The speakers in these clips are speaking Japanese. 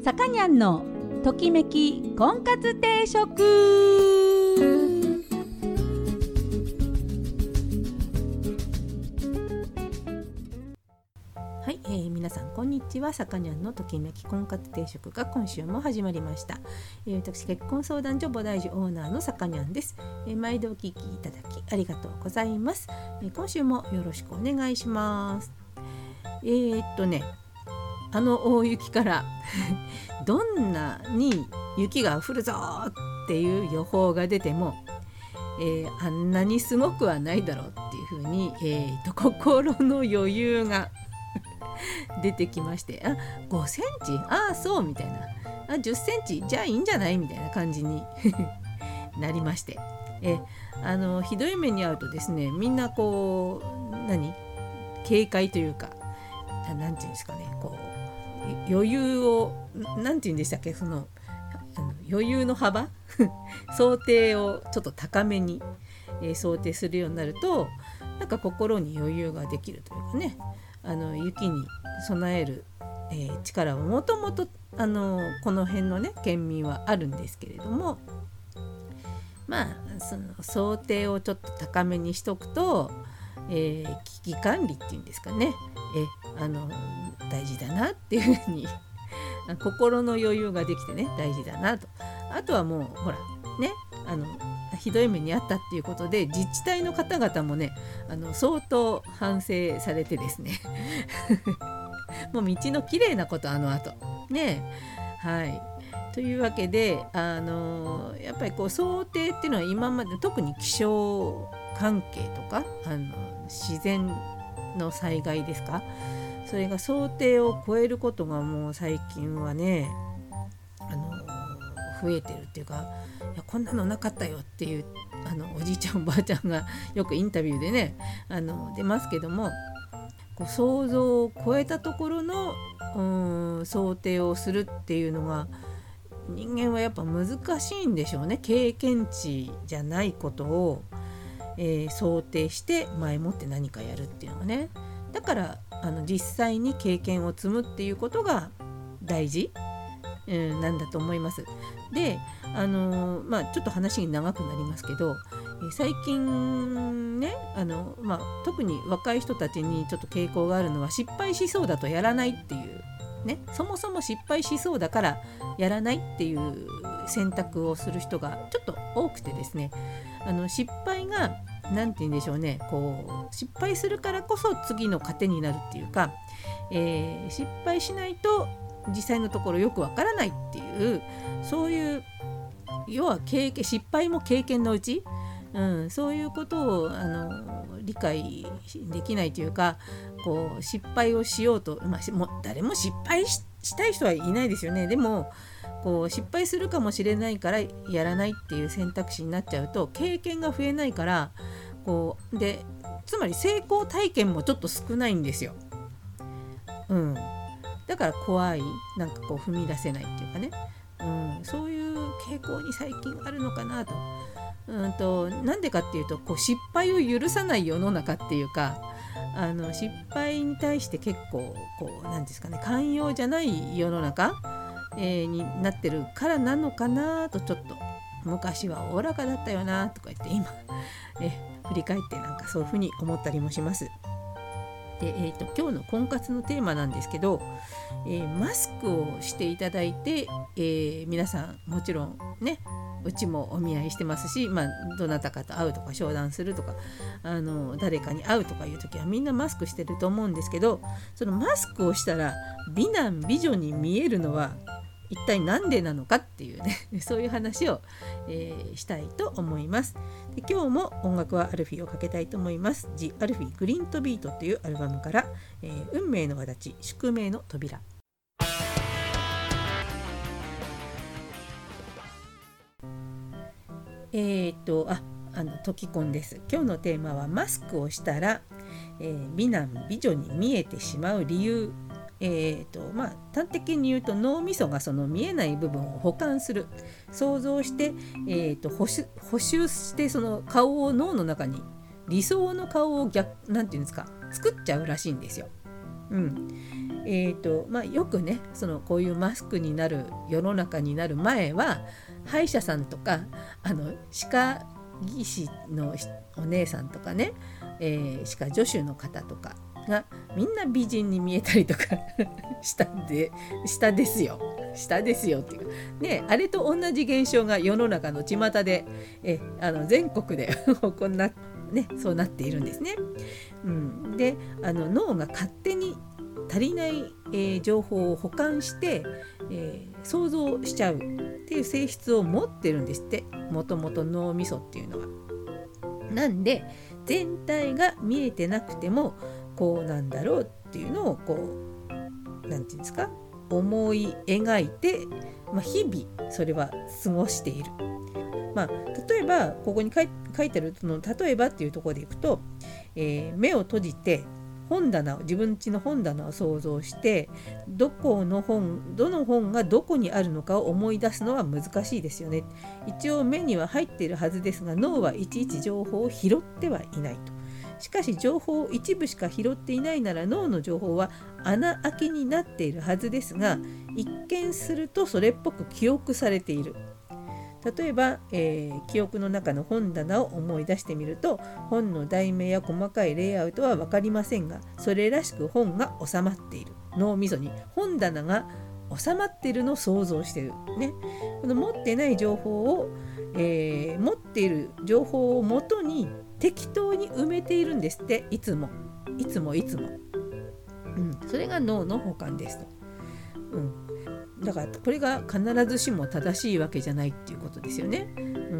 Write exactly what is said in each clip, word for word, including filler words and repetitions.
さかにゃんのときめき婚活定食。はい、えー、皆さんこんにちは。さかにゃんのときめき婚活定食が今週も始まりました。えー、私結婚相談所菩提寺オーナーのさかにゃんです。えー、毎度お聞きいただきありがとうございます。えー、今週もよろしくお願いします。えー、っとねあの大雪からどんなに雪が降るぞっていう予報が出ても、えー、あんなにすごくはないだろうっていうふうに、えー、と心の余裕が出てきまして、あごセンチああそうみたいな、あじゅっセンチじゃあいいんじゃないみたいな感じになりまして、えあのひどい目に遭うとですね、みんなこう何警戒というかなんていうんですかね、こう余裕をなんていうんでしたっけ、そのあの余裕の幅想定をちょっと高めに、えー、想定するようになると、なんか心に余裕ができるというかね、あの雪に備える、えー、力はもともとあのこの辺のね県民はあるんですけれども、まあその想定をちょっと高めにしとくと、えー、危機管理っていうんですかね、えあの大事だなっていうふうに心の余裕ができてね大事だなと。あとはもうほらね、あのひどい目にあったっていうことで自治体の方々もねあの相当反省されてですねもう道のきれいなことあの後ね、はいというわけで、あのやっぱりこう想定っていうのは今まで特に気象関係とかあの自然の災害ですか、それが想定を超えることがもう最近はねあの増えてるっていうか、いやこんなのなかったよっていうあのおじいちゃんおばあちゃんがよくインタビューでねあの出ますけども、こう想像を超えたところのうん想定をするっていうのが人間はやっぱ難しいんでしょうね。経験値じゃないことを、えー、想定して前もって何かやるっていうのがね、だからあの実際に経験を積むっていうことが大事、うん、なんだと思います。で、あのーまあ、ちょっと話に長くなりますけど、えー、最近ねあの、まあ、特に若い人たちにちょっと傾向があるのは、失敗しそうだとやらないっていうね、そもそも失敗しそうだからやらないっていう選択をする人がちょっと多くてですね、あの失敗がなんて言うんでしょうね、こう失敗するからこそ次の糧になるっていうか、えー、失敗しないと実際のところよくわからないっていう、そういう要は経験、失敗も経験のうち、うん、そういうことをあの理解できないというか、こう失敗をしようと、まあ、もう誰も失敗 し, したい人はいないですよね。でもこう失敗するかもしれないからやらないっていう選択肢になっちゃうと経験が増えないから、こうでつまり成功体験もちょっと少ないんですよ、うん、だから怖い、なんかこう踏み出せないっていうかね、うん、そういう傾向に最近あるのかなと。うんとなんでかっていうと、こう失敗を許さない世の中っていうか、あの失敗に対して結構こうなんですかね、寛容じゃない世の中、えー、になってるからなのかなと、ちょっと昔はおおらかだったよなとか言って今え振り返ってなんかそういうふうに思ったりもします。で、えーと、今日の婚活のテーマなんですけど、えー、マスクをしていただいて、えー、皆さんもちろんねうちもお見合いしてますし、まあ、どなたかと会うとか商談するとか、あの誰かに会うとかいう時はみんなマスクしてると思うんですけど、そのマスクをしたら美男美女に見えるのは一体なんでなのかっていうねそういう話を、えー、したいと思います。で今日も音楽はアルフィーをかけたいと思います。ジ・アルフィーグリーントビートというアルバムから、えー、運命の轍宿命の扉。えー、っとああのトキコンです。今日のテーマはマスクをしたら、えー、美男美女に見えてしまう理由。えーとまあ、端的に言うと脳みそがその見えない部分を補完する、想像して、えーと 補修、補修してその顔を脳の中に理想の顔を逆なんていうんですか作っちゃうらしいんですよ。 うんえーとまあ、よくねそのこういうマスクになる世の中になる前は歯医者さんとかあの歯科技師のお姉さんとかね、えー、歯科助手の方とかがみんな美人に見えたりとかしたんで下ですよ下ですよっていうかね、あれと同じ現象が世の中の巷でえあの全国で行な、ね、そうなっているんですね。うん、であの脳が勝手に足りない、えー、情報を保管して、えー、想像しちゃうっていう性質を持ってるんですって、もともと脳みそっていうのは。なんで全体が見えてなくてもこうなんだろうっていうのをこうなんていうんですか思い描いて、まあ、日々それは過ごしている。まあ、例えばここに書い、書いてあるの例えばっていうところでいくと、えー、目を閉じて本棚を自分家の本棚を想像してどこの本どの本がどこにあるのかを思い出すのは難しいですよね。一応目には入っているはずですが脳はいちいち情報を拾ってはいないと。しかし情報を一部しか拾っていないなら脳の情報は穴開きになっているはずですが一見するとそれっぽく記憶されている。例えば、えー、記憶の中の本棚を思い出してみると本の題名や細かいレイアウトは分かりませんがそれらしく本が収まっている。脳みそに本棚が収まっているのを想像している、ね、この持ってない情報を、えー、持っている情報をもとに適当に埋めているんですって。いつもいつもいつも、うん、それが脳の補完ですと、うん、だからこれが必ずしも正しいわけじゃないっていうことですよね、うん、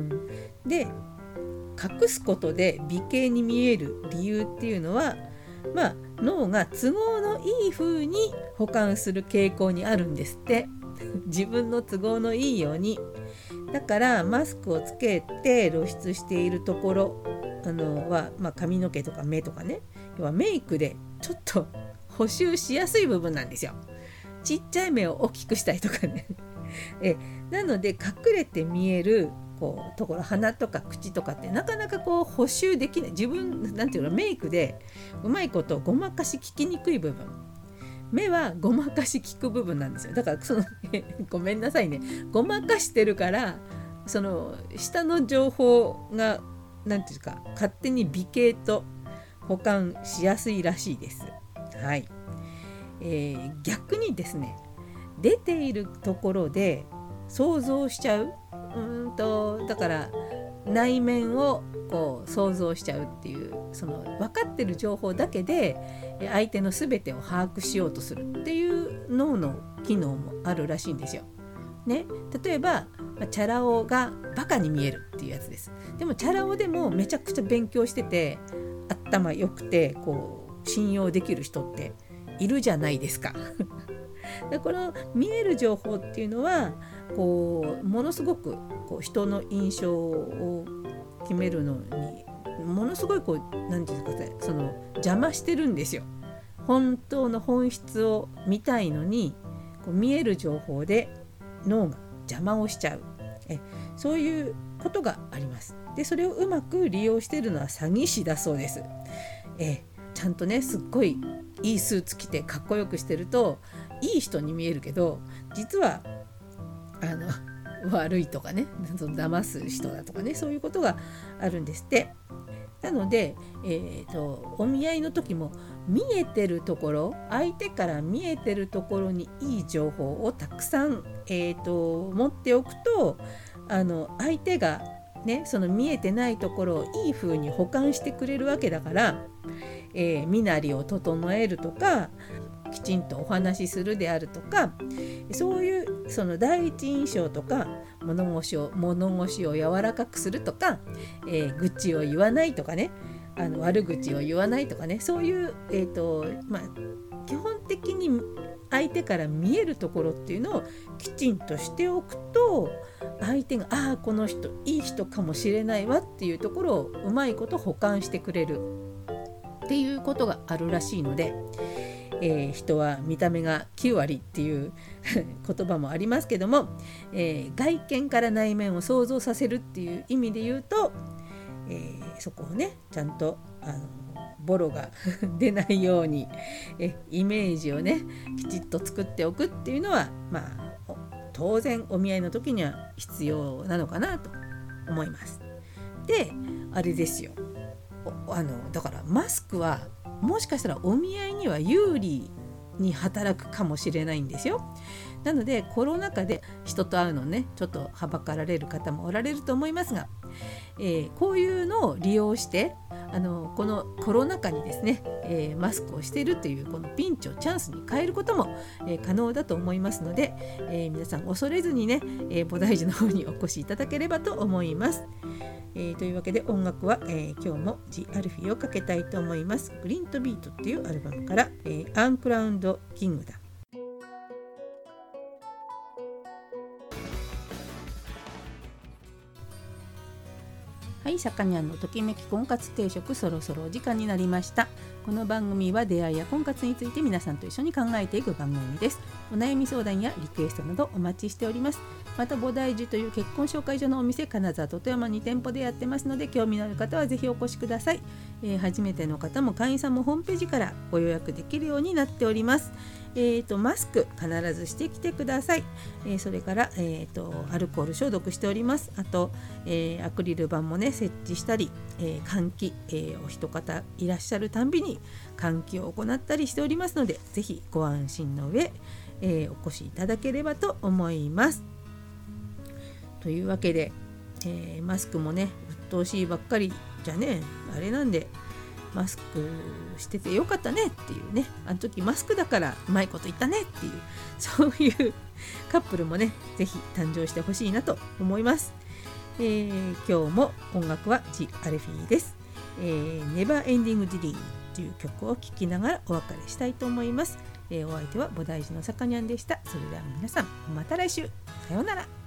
で隠すことで美形に見える理由っていうのは、まあ、脳が都合のいい風に補完する傾向にあるんですって自分の都合のいいように。だからマスクをつけて露出しているところあのは、まあ、髪の毛とか目とかね、要はメイクでちょっと補修しやすい部分なんですよ。ちっちゃい目を大きくしたりとかねえなので隠れて見えるこうところ鼻とか口とかってなかなかこう補修できない。自分なんていうのメイクでうまいことごまかし聞きにくい部分、目はごまかし聞く部分なんですよ。だからそのごめんなさいねごまかしてるからその下の情報がなんていうか勝手に美形と補完しやすいらしいです。はい、えー、逆にですね出ているところで想像しちゃう、うーんとだから内面をこう想像しちゃうっていうその分かってる情報だけで相手の全てを把握しようとするっていう脳の機能もあるらしいんですよ。ね、例えばチャラ男がバカに見えるっていうやつです。でもチャラ男でもめちゃくちゃ勉強してて頭良くてこう信用できる人っているじゃないですかでこの見える情報っていうのはこうものすごくこう人の印象を決めるのにものすごいこう何て言うんですかね、その邪魔してるんですよ。本当の本質を見たいのにこう見える情報で脳が邪魔をしちゃう、えそういうことがあります。でそれをうまく利用しているのは詐欺師だそうです。えちゃんとねすっごいいいスーツ着てかっこよくしてるといい人に見えるけど実はあの悪いとかね、その騙す人だとかね、そういうことがあるんですって。なので、えーと、お見合いの時も見えてるところ、相手から見えてるところにいい情報をたくさん、えーと、持っておくと、あの相手がね、その見えてないところをいい風に補完してくれるわけだから、えー、身なりを整えるとか、きちんとお話しするであるとか、そういうその第一印象とか物腰を物腰を柔らかくするとか、えー、愚痴を言わないとかね、あの悪口を言わないとかね、そういう、えーとまあ、基本的に相手から見えるところっていうのをきちんとしておくと、相手がああこの人いい人かもしれないわっていうところをうまいこと補完してくれるっていうことがあるらしいので、えー、人は見た目がきゅうわりっていう言葉もありますけども、えー、外見から内面を想像させるっていう意味で言うと、えー、そこをねちゃんとあのボロが出ないようにえイメージをねきちっと作っておくっていうのは、まあ当然お見合いの時には必要なのかなと思います。で、あれですよ、あのだからマスクはもしかしたらお見合いには有利に働くかもしれないんですよ。なのでコロナ禍で人と会うのねちょっとはばかられる方もおられると思いますが、えー、こういうのを利用してあのこのコロナ禍にですね、えー、マスクをしているというこのピンチをチャンスに変えることも、えー、可能だと思いますので、えー、皆さん恐れずにね、えー、菩提寺の方にお越しいただければと思います。えー、というわけで音楽は、えー、今日もジ・アルフィーをかけたいと思います。グリントビートっていうアルバムから、えー、アンクラウンドキングダム。はい、さかにゃんのときめき婚活定食、そろそろお時間になりました。この番組は出会いや婚活について皆さんと一緒に考えていく番組です。お悩み相談やリクエストなどお待ちしております。また菩提寺という結婚紹介所のお店、金沢と富山に店舗でやってますので、興味のある方はぜひお越しください。えー、初めての方も会員さんもホームページからご予約できるようになっております。えーと、マスク必ずしてきてください。えー、それから、えーと、アルコール消毒しております。あと、えー、アクリル板もね設置したり、えー、換気、えー、お一方いらっしゃるたんびに換気を行ったりしておりますので、ぜひご安心の上、えー、お越しいただければと思います。というわけで、えー、マスクもね鬱陶しいばっかりじゃねあれなんで、マスクしててよかったねっていうね、あの時マスクだからうまいこと言ったねっていう、そういうカップルもねぜひ誕生してほしいなと思います。えー、今日も音楽はジ・アルフィーです。えー、Never Ending Dream という曲を聴きながらお別れしたいと思います。えー、お相手は菩提寺のさかにゃんでした。それでは皆さんまた来週、さようなら。